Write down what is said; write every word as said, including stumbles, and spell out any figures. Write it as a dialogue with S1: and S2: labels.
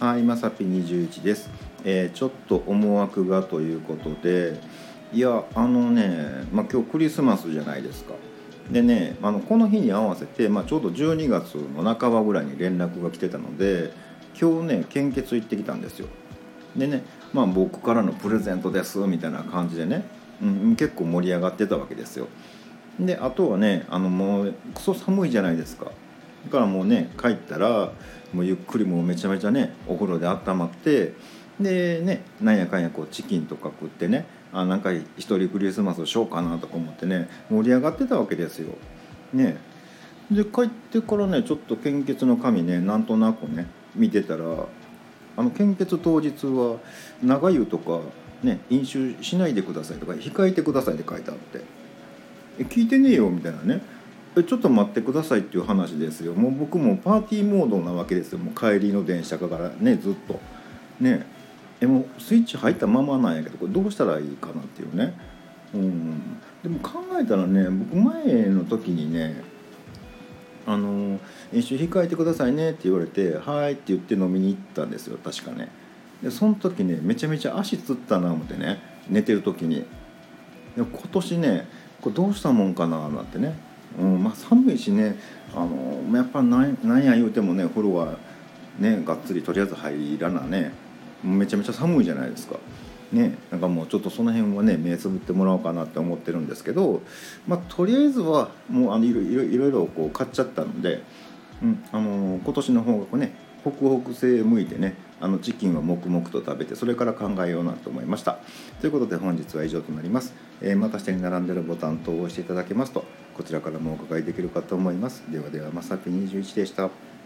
S1: はい、まさぴにじゅういちです、えー、ちょっと思惑がということで、いやあのね、まあ、今日クリスマスじゃないですか。でね、あのこの日に合わせて、まあ、ちょうどじゅうにがつの半ばぐらいに連絡が来てたので、今日ね献血行ってきたんですよ。でね、まあ僕からのプレゼントですみたいな感じでね、うん、結構盛り上がってたわけですよ。であとはね、あのもうクソ寒いじゃないですか。だからもうね帰ったらもうゆっくりもうめちゃめちゃねお風呂で温まって、でねなんやかんやこうチキンとか食ってね、あなんか一人クリスマスしようかなとか思ってね盛り上がってたわけですよ。ねで帰ってからねちょっと献血の紙ねなんとなくね見てたら、あの献血当日は長湯とかね飲酒しないでくださいとか控えてくださいって書いてあって、え聞いてねえよみたいなね、えちょっと待ってくださいっていう話ですよ。もう僕もパーティーモードなわけですよ。もう帰りの電車からねずっとね、えもうスイッチ入ったままなんやけどこれどうしたらいいかなっていうね。うんでも考えたらね、僕前の時にねあの飲酒控えてくださいねって言われてはいって言って飲みに行ったんですよ確かね。でその時ねめちゃめちゃ足つったな思ってね、寝てる時に。で今年ねこれどうしたもんかななんてね、うんまあ、寒いしね、あのやっぱなんなんや言うてもね風呂はねがっつりとりあえず入らなね、めちゃめちゃ寒いじゃないですか。ね、なんかもうちょっとその辺はね目つぶってもらおうかなって思ってるんですけど、まあ、とりあえずはもうあのいろいろいろいろこう買っちゃったので、うん、あの今年の方がね北北西向いてね、あのチキンは黙々と食べてそれから考えようなと思いました。ということで本日は以上となります。えー、また下に並んでいるボタン等を押していただけますとこちらからもお伺いできるかと思います。ではではまさぴにじゅういちでした。